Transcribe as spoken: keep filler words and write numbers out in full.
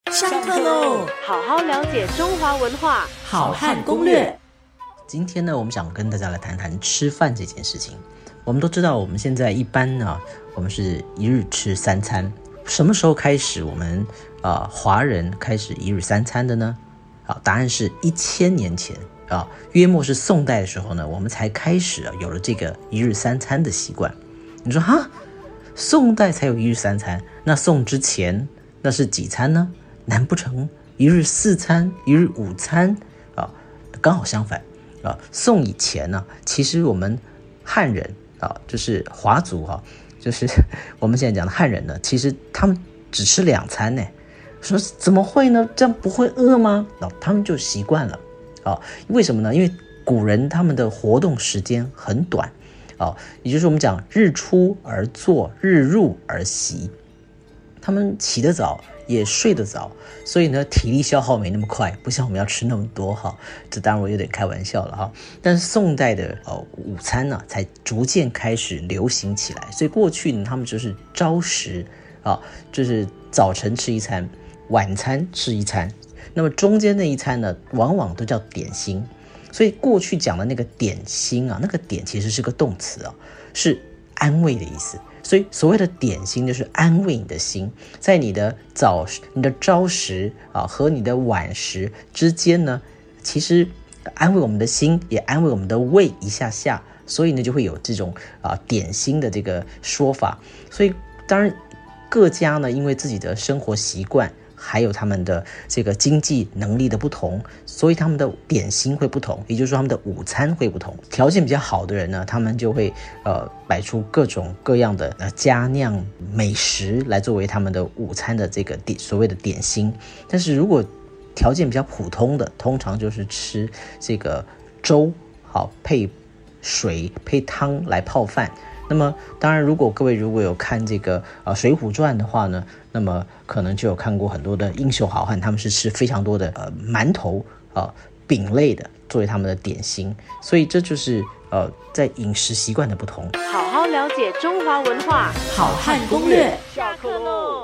上课喽！ 好好了解中华文化， 好汉攻略。 今天呢，我们想跟大家来谈谈吃饭这件事情。我们都知道，我们现在一般呢，我们是一日吃三餐。什么时候开始我们呃华人开始一日三餐的呢？好，答案是一千年前啊，约莫是宋代的时候呢，我们才开始啊有了这个一日三餐的习惯。你说哈，宋代才有一日三餐，那宋之前那是几餐呢？难不成一日四餐、一日五餐啊？刚好相反啊。宋以前呢，其实我们汉人啊，就是华族哈、啊，就是我们现在讲的汉人呢，其实他们只吃两餐呢。说怎么会呢？这样不会饿吗？啊，他们就习惯了啊。为什么呢？因为古人他们的活动时间很短啊，也就是我们讲日出而作，日入而息。他们起得早，也睡得早，所以呢，体力消耗没那么快，不像我们要吃那么多哈。这当然我有点开玩笑了哈。但是宋代的呃午餐呢，才逐渐开始流行起来。所以过去呢，他们就是朝食啊，就是早晨吃一餐，晚餐吃一餐，那么中间那一餐呢，往往都叫点心。所以过去讲的那个点心啊，那个点其实是个动词啊，是安慰的意思。所以所谓的点心就是安慰你的心，在你的早你的朝食啊和你的晚食之间呢，其实安慰我们的心，也安慰我们的胃一下下，所以呢就会有这种啊点心的这个说法。所以当然各家呢，因为自己的生活习惯，还有他们的这个经济能力的不同，所以他们的点心会不同，也就是说他们的午餐会不同。条件比较好的人呢，他们就会呃摆出各种各样的呃佳酿美食来作为他们的午餐的这个点所谓的点心。但是如果条件比较普通的，通常就是吃这个粥，好配水配汤来泡饭。那么当然如果各位如果有看这个呃水浒传的话呢，那么可能就有看过很多的英雄好汉，他们是吃非常多的呃馒头啊、呃、饼类的作为他们的点心。所以这就是呃在饮食习惯的不同。 好好了解中华文化， 好汉攻略。 下课喽。